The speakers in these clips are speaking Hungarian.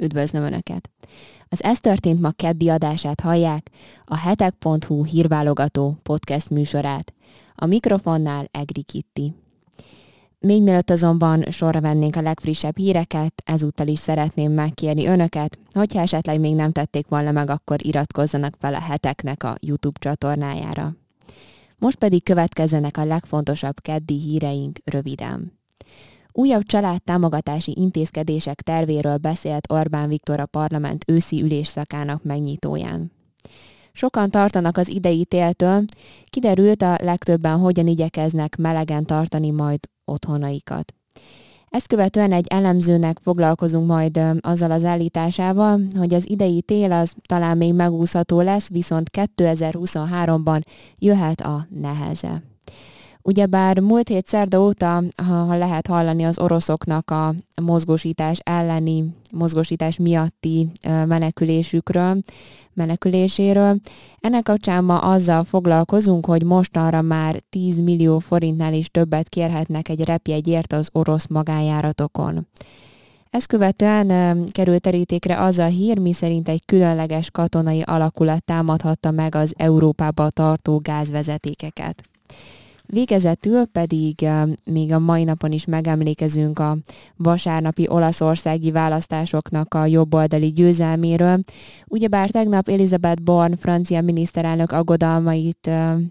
Üdvözlöm Önöket! Az Ez történt ma keddi adását hallják, a hetek.hu hírválogató podcast műsorát. A mikrofonnál Egri Kitti. Még mielőtt azonban sorra vennénk a legfrissebb híreket, ezúttal is szeretném megkérni Önöket, hogyha esetleg még nem tették volna meg, akkor iratkozzanak fel a Heteknek a YouTube csatornájára. Most pedig következzenek a legfontosabb keddi híreink röviden. Újabb családtámogatási intézkedések tervéről beszélt Orbán Viktor a parlament őszi ülésszakának megnyitóján. Sokan tartanak az idei téltől, kiderült a legtöbben hogyan igyekeznek melegen tartani majd otthonaikat. Ezt követően egy elemzőnek foglalkozunk majd azzal az állításával, hogy az idei tél az talán még megúszható lesz, viszont 2023-ban jöhet a neheze. Ugyebár múlt hét szerda óta, ha lehet hallani az oroszoknak a mozgósítás miatti meneküléséről. Ennek kapcsán ma azzal foglalkozunk, hogy mostanra már 10 millió forintnál is többet kérhetnek egy repjegyért az orosz magánjáratokon. Ezt követően került terítékre az a hír, miszerint egy különleges katonai alakulat támadhatta meg az Európába tartó gázvezetékeket. Végezetül pedig még a mai napon is megemlékezünk a vasárnapi olaszországi választásoknak a jobboldali győzelméről. Ugyebár tegnap Elisabeth Borne francia miniszterelnök aggodalmait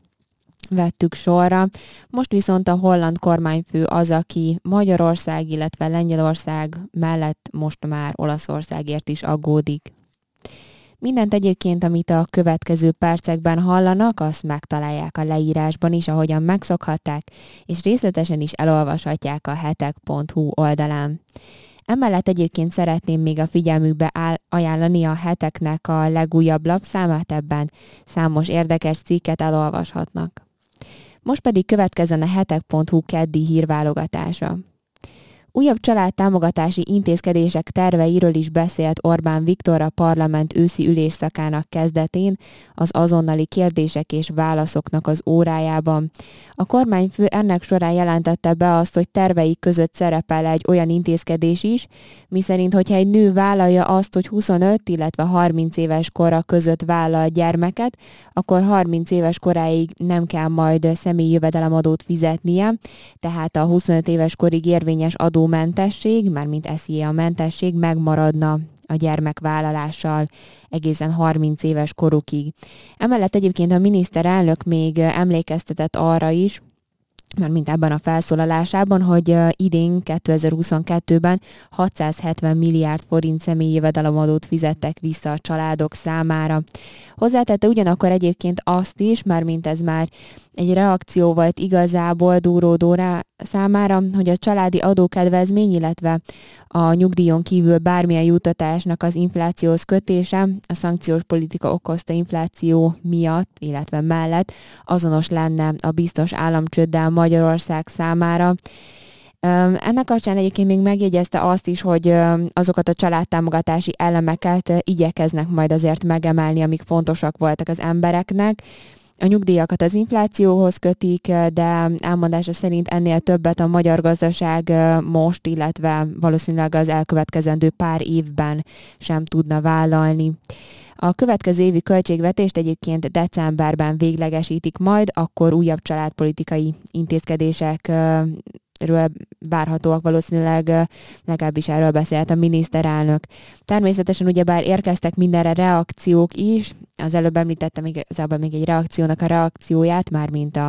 vettük sorra, most viszont a holland kormányfő az, aki Magyarország, illetve Lengyelország mellett most már Olaszországért is aggódik. Mindent egyébként, amit a következő percekben hallanak, azt megtalálják a leírásban is, ahogyan megszokhatták, és részletesen is elolvashatják a hetek.hu oldalán. Emellett egyébként szeretném még a figyelmükbe ajánlani a Heteknek a legújabb lapszámát, ebben számos érdekes cikket elolvashatnak. Most pedig következzen a hetek.hu keddi hírválogatása. Újabb családtámogatási intézkedések terveiről is beszélt Orbán Viktor a parlament őszi ülésszakának kezdetén, az azonnali kérdések és válaszoknak az órájában. A kormányfő ennek során jelentette be azt, hogy terveik között szerepel egy olyan intézkedés is, miszerint, hogyha egy nő vállalja azt, hogy 25, illetve 30 éves kora között vállal gyermeket, akkor 30 éves koráig nem kell majd személyi jövedelemadót fizetnie, tehát a 25 éves korig érvényes adómentesség, mármint SZIA mentesség megmaradna a gyermekvállalással egészen 30 éves korukig. Emellett egyébként a miniszterelnök még emlékeztetett arra is, mármint ebben a felszólalásában, hogy idén 2022-ben 670 milliárd forint személyi jövedelemadót fizettek vissza a családok számára. Hozzátette ugyanakkor egyébként azt is, mármint ez már egy reakció volt igazából Dúró Dóra számára, hogy a családi adókedvezmény, illetve a nyugdíjon kívül bármilyen juttatásnak az inflációhoz kötése a szankciós politika okozta infláció miatt, illetve mellett azonos lenne a biztos államcsőddel Magyarország számára. Ennek kapcsán egyébként még megjegyezte azt is, hogy azokat a családtámogatási elemeket igyekeznek majd azért megemelni, amik fontosak voltak az embereknek. A nyugdíjakat az inflációhoz kötik, de elmondása szerint ennél többet a magyar gazdaság most, illetve valószínűleg az elkövetkezendő pár évben sem tudna vállalni. A következő évi költségvetést egyébként decemberben véglegesítik majd, akkor újabb családpolitikai intézkedésekről várhatóak valószínűleg, legalábbis erről beszélt a miniszterelnök. Természetesen ugyebár érkeztek mindenre reakciók is, az előbb említettem igazából még egy reakciónak a reakcióját, mármint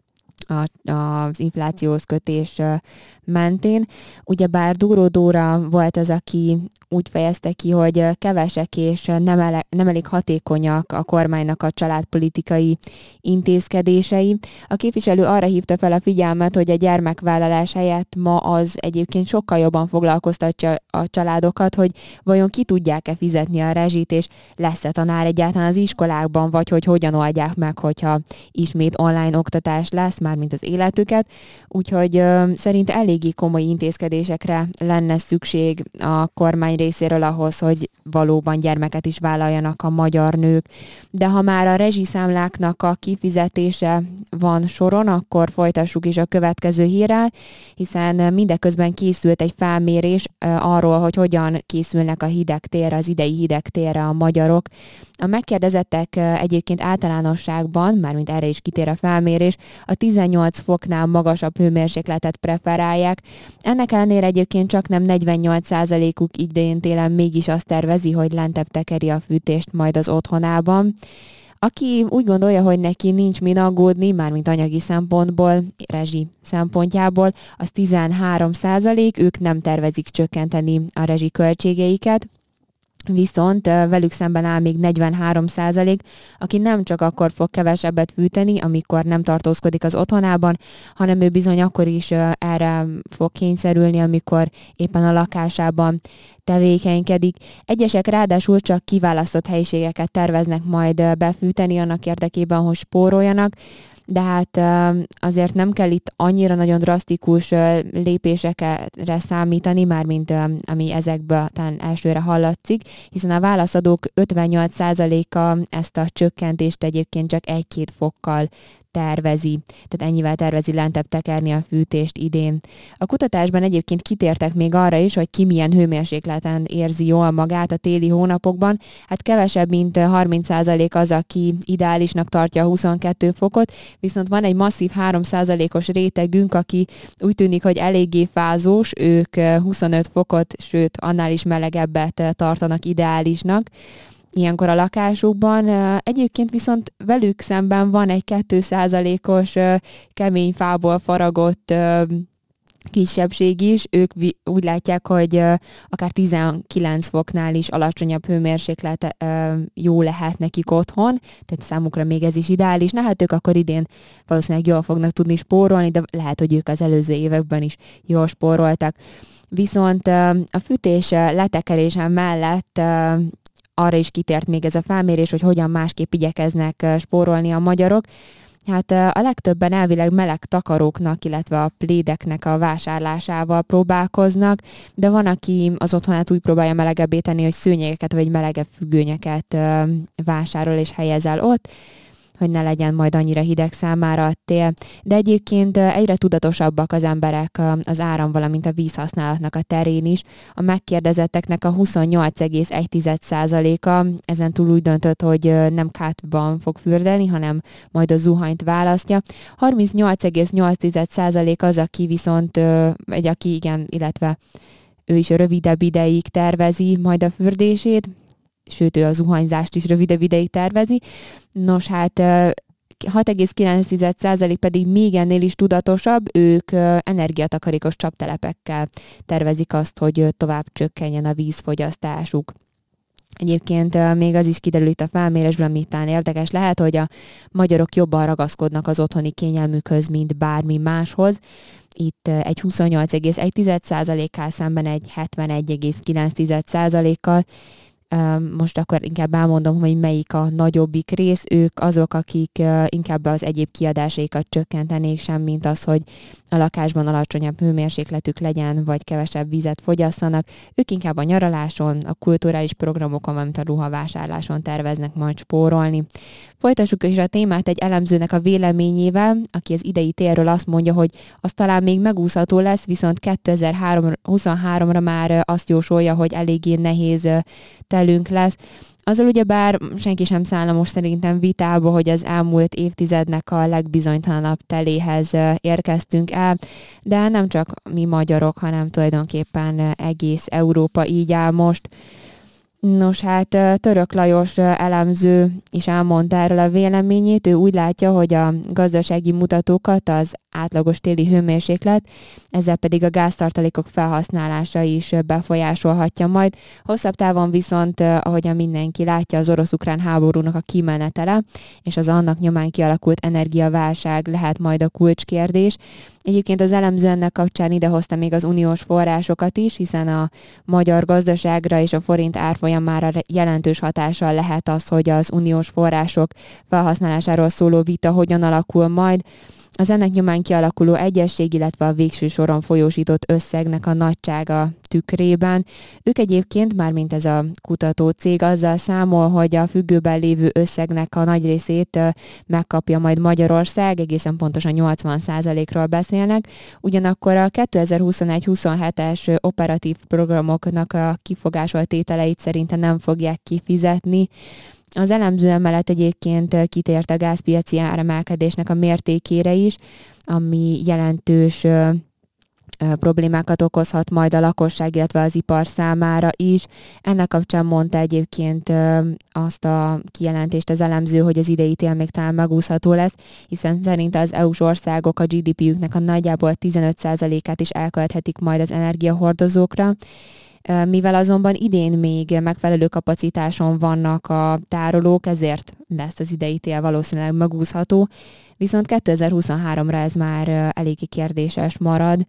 az inflációhoz kötés mentén. Ugyebár Dúró Dóra volt az, aki úgy fejezte ki, hogy kevesek és nem elég hatékonyak a kormánynak a családpolitikai intézkedései. A képviselő arra hívta fel a figyelmet, hogy a gyermekvállalás helyett ma az egyébként sokkal jobban foglalkoztatja a családokat, hogy vajon ki tudják-e fizetni a rezsit, és lesz-e tanár egyáltalán az iskolákban, vagy hogy hogyan oldják meg, hogyha ismét online oktatás lesz, mármint az életüket, úgyhogy szerint eléggé komoly intézkedésekre lenne szükség a kormány részéről ahhoz, hogy valóban gyermeket is vállaljanak a magyar nők. De ha már a rezsiszámláknak a kifizetése van soron, akkor folytassuk is a következő hírrel, hiszen mindeközben készült egy felmérés arról, hogy hogyan készülnek a hidegtérre, az idei hidegtérre a magyarok. A megkérdezettek egyébként általánosságban, mármint erre is kitér a felmérés, a 18 foknál magasabb hőmérsékletet preferálják. Ennek ellenére egyébként csak nem 48%-uk idén télen mégis azt tervezi, hogy lentebb tekeri a fűtést majd az otthonában. Aki úgy gondolja, hogy neki nincs min aggódni, mármint anyagi szempontból, rezsi szempontjából, az 13%, ők nem tervezik csökkenteni a rezsi költségeiket. Viszont velük szemben áll még 43%, aki nem csak akkor fog kevesebbet fűteni, amikor nem tartózkodik az otthonában, hanem ő bizony akkor is erre fog kényszerülni, amikor éppen a lakásában tevékenykedik. Egyesek ráadásul csak kiválasztott helyiségeket terveznek majd befűteni annak érdekében, hogy spóroljanak, de hát azért nem kell itt annyira nagyon drasztikus lépésekre számítani, mármint ami ezekből talán elsőre hallatszik, hiszen a válaszadók 58%-a ezt a csökkentést egyébként csak 1-2 fokkal tervezi, tehát ennyivel tervezi lentebb tekerni a fűtést idén. A kutatásban egyébként kitértek még arra is, hogy ki milyen hőmérsékleten érzi jól magát a téli hónapokban. Hát kevesebb, mint 30% az, aki ideálisnak tartja a 22 fokot, viszont van egy masszív 3%-os rétegünk, aki úgy tűnik, hogy eléggé fázós, ők 25 fokot, sőt annál is melegebbet tartanak ideálisnak ilyenkor a lakásukban. Egyébként viszont velük szemben van egy 2%-os kemény fából faragott kisebbség is. Ők úgy látják, hogy akár 19 foknál is alacsonyabb hőmérséklet jó lehet nekik otthon, tehát számukra még ez is ideális. Na hát ők akkor idén valószínűleg jól fognak tudni spórolni, de lehet, hogy ők az előző években is jól spóroltak. Viszont a fűtés letekerése mellett arra is kitért még ez a felmérés, hogy hogyan másképp igyekeznek spórolni a magyarok. Hát a legtöbben elvileg meleg takaróknak, illetve a plédeknek a vásárlásával próbálkoznak, de van, aki az otthonát úgy próbálja melegebbé tenni, hogy szőnyegeket vagy melegebb függönyöket vásárol és helyez el ott, hogy ne legyen majd annyira hideg számára a tél. De egyébként egyre tudatosabbak az emberek az áram, valamint a vízhasználatnak a terén is. A megkérdezetteknek a 28,1%-a ezen túl úgy döntött, hogy nem kádban fog fürdeni, hanem majd a zuhanyt választja. 38,8% az, aki viszont, illetve ő is rövidebb ideig tervezi majd a fürdését, sőt, ő a zuhanyzást is rövidebb ideig tervezi. Nos, hát 6,9% pedig még ennél is tudatosabb, ők energiatakarékos csaptelepekkel tervezik azt, hogy tovább csökkenjen a vízfogyasztásuk. Egyébként még az is kiderül itt a felmérésből, ami talán érdekes lehet, hogy a magyarok jobban ragaszkodnak az otthoni kényelmükhöz, mint bármi máshoz. Itt egy 28,1%-kal szemben egy 71,9%-kal. Most akkor inkább elmondom, hogy melyik a nagyobbik rész. Ők azok, akik inkább az egyéb kiadásaikat csökkentenék, semmint az, hogy a lakásban alacsonyabb hőmérsékletük legyen, vagy kevesebb vizet fogyasszanak. Ők inkább a nyaraláson, a kulturális programokon, valamint a ruhavásárláson terveznek majd spórolni. Folytassuk is a témát egy elemzőnek a véleményével, aki az idei térről azt mondja, hogy az talán még megúszható lesz, viszont 2023-ra már azt jósolja, hogy eléggé nehéz telünk lesz. Azzal ugyebár senki sem szállna most szerintem vitába, hogy az elmúlt évtizednek a legbizonytalanabb teléhez érkeztünk el, de nem csak mi magyarok, hanem tulajdonképpen egész Európa így áll most. Nos, hát Török Lajos elemző is elmondta erről a véleményét. Ő úgy látja, hogy a gazdasági mutatókat az átlagos téli hőmérséklet, ezzel pedig a gáztartalékok felhasználása is befolyásolhatja majd. Hosszabb távon viszont, ahogyan mindenki látja, az orosz-ukrán háborúnak a kimenetele, és az annak nyomán kialakult energiaválság lehet majd a kulcskérdés. Egyébként az elemző ennek kapcsán idehozta még az uniós forrásokat is, hiszen a magyar gazdaságra és a forint árfolyamára jelentős hatással lehet az, hogy az uniós források felhasználásáról szóló vita hogyan alakul majd. Az ennek nyomán kialakuló egyesség, illetve a végső soron folyósított összegnek a nagysága tükrében. Ők egyébként, mármint ez a kutatócég, azzal számol, hogy a függőben lévő összegnek a nagy részét megkapja majd Magyarország, egészen pontosan 80%-ról beszélnek. Ugyanakkor a 2021-27-es operatív programoknak a kifogásolt tételeit szerintem nem fogják kifizetni. Az elemző emellett egyébként kitért a gázpiaci áremelkedésnek a mértékére is, ami jelentős problémákat okozhat majd a lakosság, illetve az ipar számára is. Ennek kapcsán mondta egyébként azt a kijelentést az elemző, hogy az idei tél még talán megúszható lesz, hiszen szerint az EU-s országok a GDP-jüknek a nagyjából 15%-át is elkölthetik majd az energiahordozókra. Mivel azonban idén még megfelelő kapacitáson vannak a tárolók, ezért lesz az idei tél valószínűleg megúszható, viszont 2023-ra ez már eléggé kérdéses marad,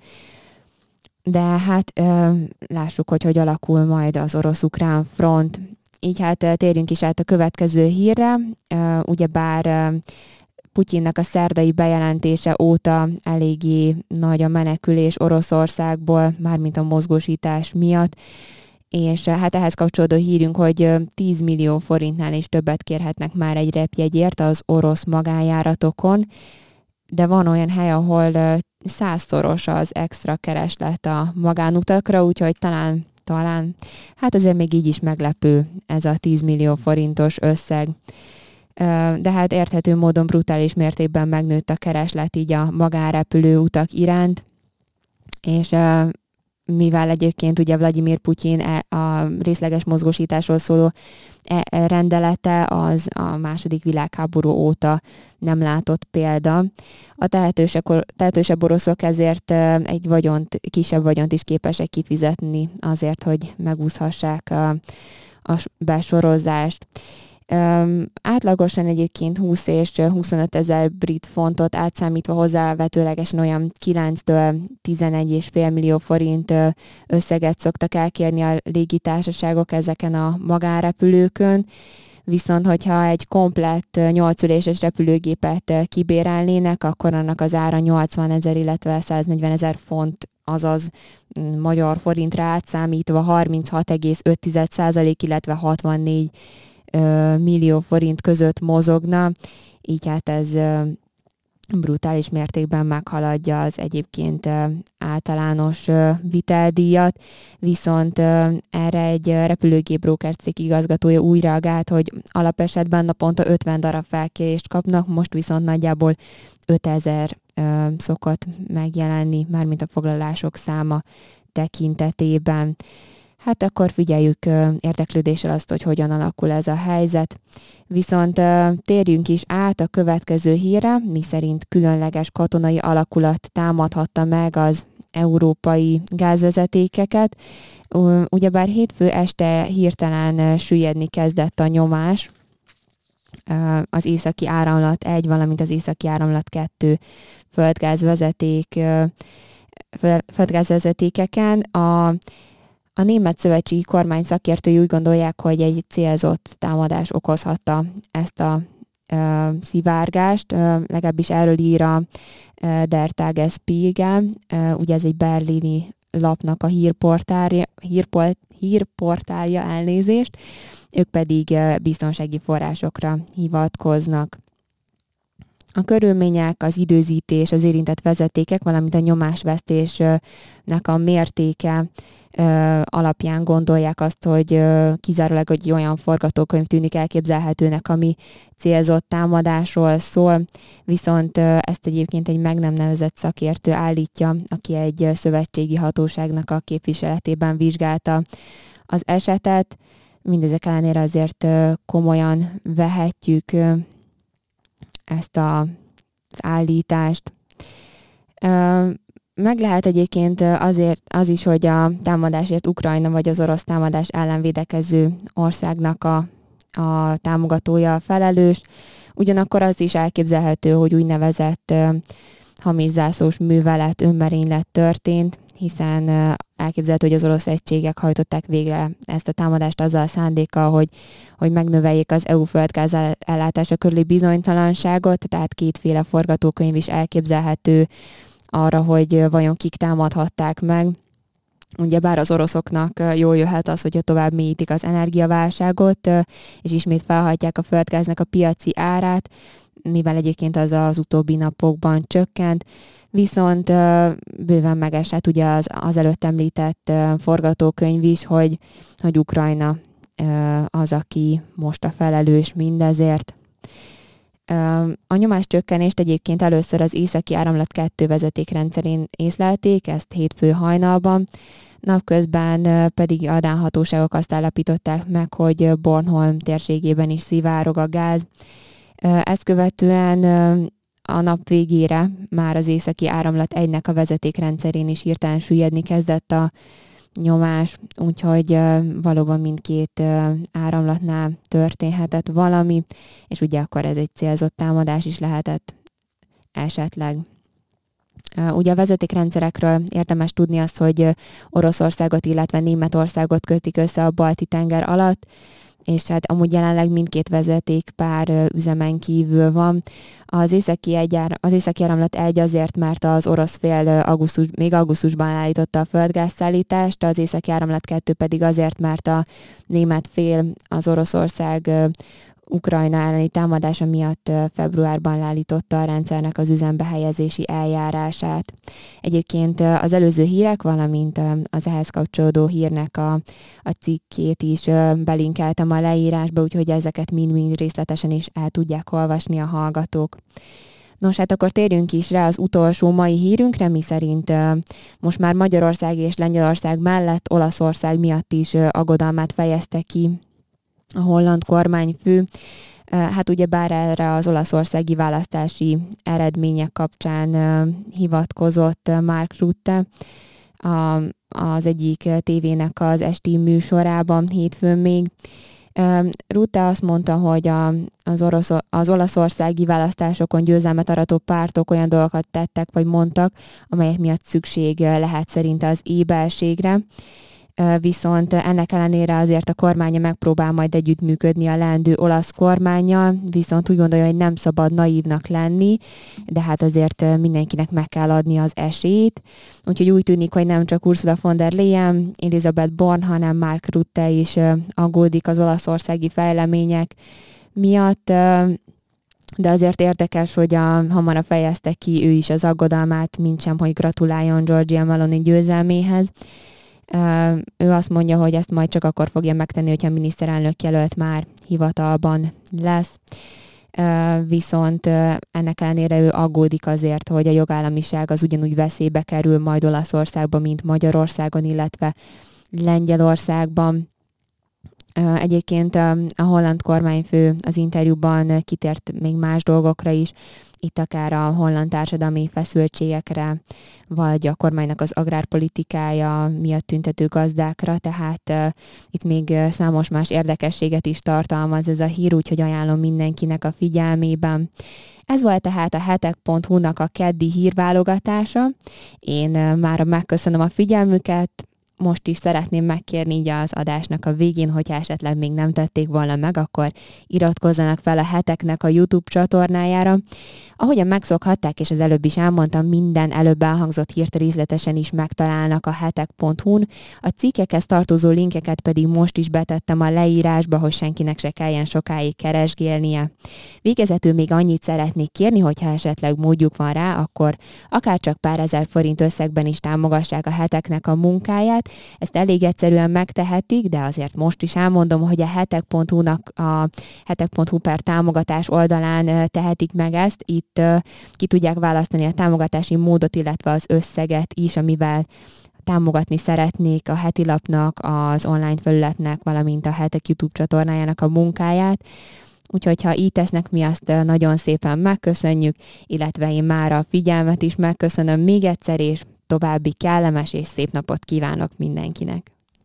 de hát lássuk, hogy alakul majd az orosz-ukrán front. Így hát térjünk is át a következő hírre, ugyebár Putyinnak a szerdai bejelentése óta eléggé nagy a menekülés Oroszországból, mármint a mozgósítás miatt, és hát ehhez kapcsolódó hírünk, hogy 10 millió forintnál is többet kérhetnek már egy repjegyért az orosz magánjáratokon, de van olyan hely, ahol 100-szoros az extra kereslet a magánutakra, úgyhogy talán, hát azért még így is meglepő ez a 10 millió forintos összeg. De hát érthető módon brutális mértékben megnőtt a kereslet így a magánrepülő utak iránt, és mivel egyébként ugye Vladimir Putyin a részleges mozgósításról szóló rendelete az a második világháború óta nem látott példa. A tehetősebb oroszok ezért egy kisebb vagyont is képesek kifizetni azért, hogy megúszhassák a besorozást. Átlagosan egyébként 20 és 25 ezer brit fontot átszámítva hozzávetőlegesen olyan 9-től 11,5 millió forint összeget szoktak elkérni a légitársaságok ezeken a magánrepülőkön, viszont hogyha egy komplett 8 üléses repülőgépet kibérelnének, akkor annak az ára 80 ezer, illetve 140 ezer font, azaz magyar forintra átszámítva 36,5%, illetve 64 millió forint között mozogna, így hát ez brutális mértékben meghaladja az egyébként általános viteldíjat, viszont erre egy repülőgép brókercég igazgatója úgy reagált, hogy alapesetben naponta 50 darab felkérést kapnak, most viszont nagyjából 5000 szokott megjelenni, mármint a foglalások száma tekintetében. Hát akkor figyeljük érdeklődéssel azt, hogy hogyan alakul ez a helyzet. Viszont térjünk is át a következő hírre, miszerint különleges katonai alakulat támadhatta meg az európai gázvezetékeket. Ugyebár hétfő este hirtelen süllyedni kezdett a nyomás az északi áramlat 1, valamint az északi áramlat 2 földgázvezetékeken. A német szövetségi kormány szakértői úgy gondolják, hogy egy célzott támadás okozhatta ezt a szivárgást, legalábbis erről ír a Der Tagesspiegel, ugye ez egy berlini lapnak a hírportálja elnézést, ők pedig biztonsági forrásokra hivatkoznak. A körülmények, az időzítés, az érintett vezetékek, valamint a nyomásvesztésnek a mértéke alapján gondolják azt, hogy kizárólag egy olyan forgatókönyv tűnik elképzelhetőnek, ami célzott támadásról szól, viszont ezt egyébként egy meg nem nevezett szakértő állítja, aki egy szövetségi hatóságnak a képviseletében vizsgálta az esetet. Mindezek ellenére azért komolyan vehetjük ezt az állítást. Meg lehet egyébként azért az is, hogy a támadásért Ukrajna vagy az orosz támadás ellen védekező országnak a támogatója felelős. Ugyanakkor az is elképzelhető, hogy úgynevezett hamis zászlós művelet, önmerénylet történt, hiszen elképzelhető, hogy az orosz egységek hajtották végre ezt a támadást azzal a szándékkal, hogy megnöveljék az EU földgáz ellátása körüli bizonytalanságot, tehát kétféle forgatókönyv is elképzelhető arra, hogy vajon kik támadhatták meg. Ugyebár az oroszoknak jól jöhet az, hogyha tovább mélyítik az energiaválságot, és ismét felhajtják a földgáznak a piaci árát, mivel egyébként az utóbbi napokban csökkent, viszont bőven megesett ugye az előtt említett forgatókönyv is, hogy Ukrajna az, aki most a felelős mindezért. A nyomáscsökkenést egyébként először az Északi Áramlat 2 vezetékrendszerén észlelték, ezt hétfő hajnalban, napközben pedig a dán hatóságok azt állapították meg, hogy Bornholm térségében is szivárog a gáz. Ezt követően a nap végére már az Északi Áramlat 1-nek a vezetékrendszerén is hirtelen süllyedni kezdett a nyomás, úgyhogy valóban mindkét áramlatnál történhetett valami, és ugye akkor ez egy célzott támadás is lehetett esetleg. Ugye a vezetékrendszerekről érdemes tudni azt, hogy Oroszországot, illetve Németországot kötik össze a Balti-tenger alatt, és hát amúgy jelenleg mindkét vezetékpár üzemen kívül van. Az északi áramlat 1 azért, mert az orosz fél még augusztusban állította a földgázszállítást, az északi áramlat 2 pedig azért, mert a német fél az Oroszország Ukrajna elleni támadása miatt februárban leállította a rendszernek az üzembe helyezési eljárását. Egyébként az előző hírek, valamint az ehhez kapcsolódó hírnek a cikkét is belinkeltem a leírásba, úgyhogy ezeket mind-mind részletesen is el tudják olvasni a hallgatók. Nos, hát akkor térjünk is rá az utolsó mai hírünkre, miszerint most már Magyarország és Lengyelország mellett Olaszország miatt is aggodalmát fejezte ki a holland kormányfő. Hát ugyebár erre az olaszországi választási eredmények kapcsán hivatkozott Mark Rutte az egyik tévének az esti műsorában hétfőn még. Rutte azt mondta, hogy az olaszországi választásokon győzelmet arató pártok olyan dolgokat tettek vagy mondtak, amelyek miatt szükség lehet szerinte az éberségre. Viszont ennek ellenére azért a kormánya megpróbál majd együttműködni a leendő olasz kormánnyal, viszont úgy gondolja, hogy nem szabad naívnak lenni, de hát azért mindenkinek meg kell adni az esélyt. Úgyhogy úgy tűnik, hogy nem csak Ursula von der Leyen, Elisabeth Born, hanem Mark Rutte is aggódik az olaszországi fejlemények miatt, de azért érdekes, hogy hamarabb fejezte ki ő is az aggodalmát, mintsem, hogy gratuláljon Giorgia Meloni győzelméhez. Ő azt mondja, hogy ezt majd csak akkor fogja megtenni, hogyha a miniszterelnök jelölt már hivatalban lesz. Viszont ennek ellenére ő aggódik azért, hogy a jogállamiság az ugyanúgy veszélybe kerül majd Olaszországban, mint Magyarországon, illetve Lengyelországban. Egyébként a holland kormányfő az interjúban kitért még más dolgokra is, itt akár a holland társadalmi feszültségekre, vagy a kormánynak az agrárpolitikája miatt tüntető gazdákra, tehát itt még számos más érdekességet is tartalmaz ez a hír, úgyhogy ajánlom mindenkinek a figyelmében. Ez volt tehát a hetek.hu-nak a keddi hírválogatása. Én mára megköszönöm a figyelmüket, most is szeretném megkérni így az adásnak a végén, hogyha esetleg még nem tették volna meg, akkor iratkozzanak fel a Heteknek a YouTube csatornájára. Ahogyan megszokhatták, és az előbb is elmondtam, minden előbb elhangzott hírt részletesen is megtalálnak a hetek.hu-n. A cikkekhez tartozó linkeket pedig most is betettem a leírásba, hogy senkinek se kelljen sokáig keresgélnie. Végezetül még annyit szeretnék kérni, hogyha esetleg módjuk van rá, akkor akár csak pár ezer forint összegben is támogassák a Heteknek a munkáját. Ezt elég egyszerűen megtehetik, de azért most is elmondom, hogy a hetek.hu-nak a hetek.hu per támogatás oldalán tehetik meg ezt. Itt ki tudják választani a támogatási módot, illetve az összeget is, amivel támogatni szeretnék a heti lapnak, az online felületnek, valamint a Hetek YouTube csatornájának a munkáját. Úgyhogy ha így tesznek, mi azt nagyon szépen megköszönjük, illetve én már a figyelmet is megköszönöm még egyszer, és további kellemes és szép napot kívánok mindenkinek!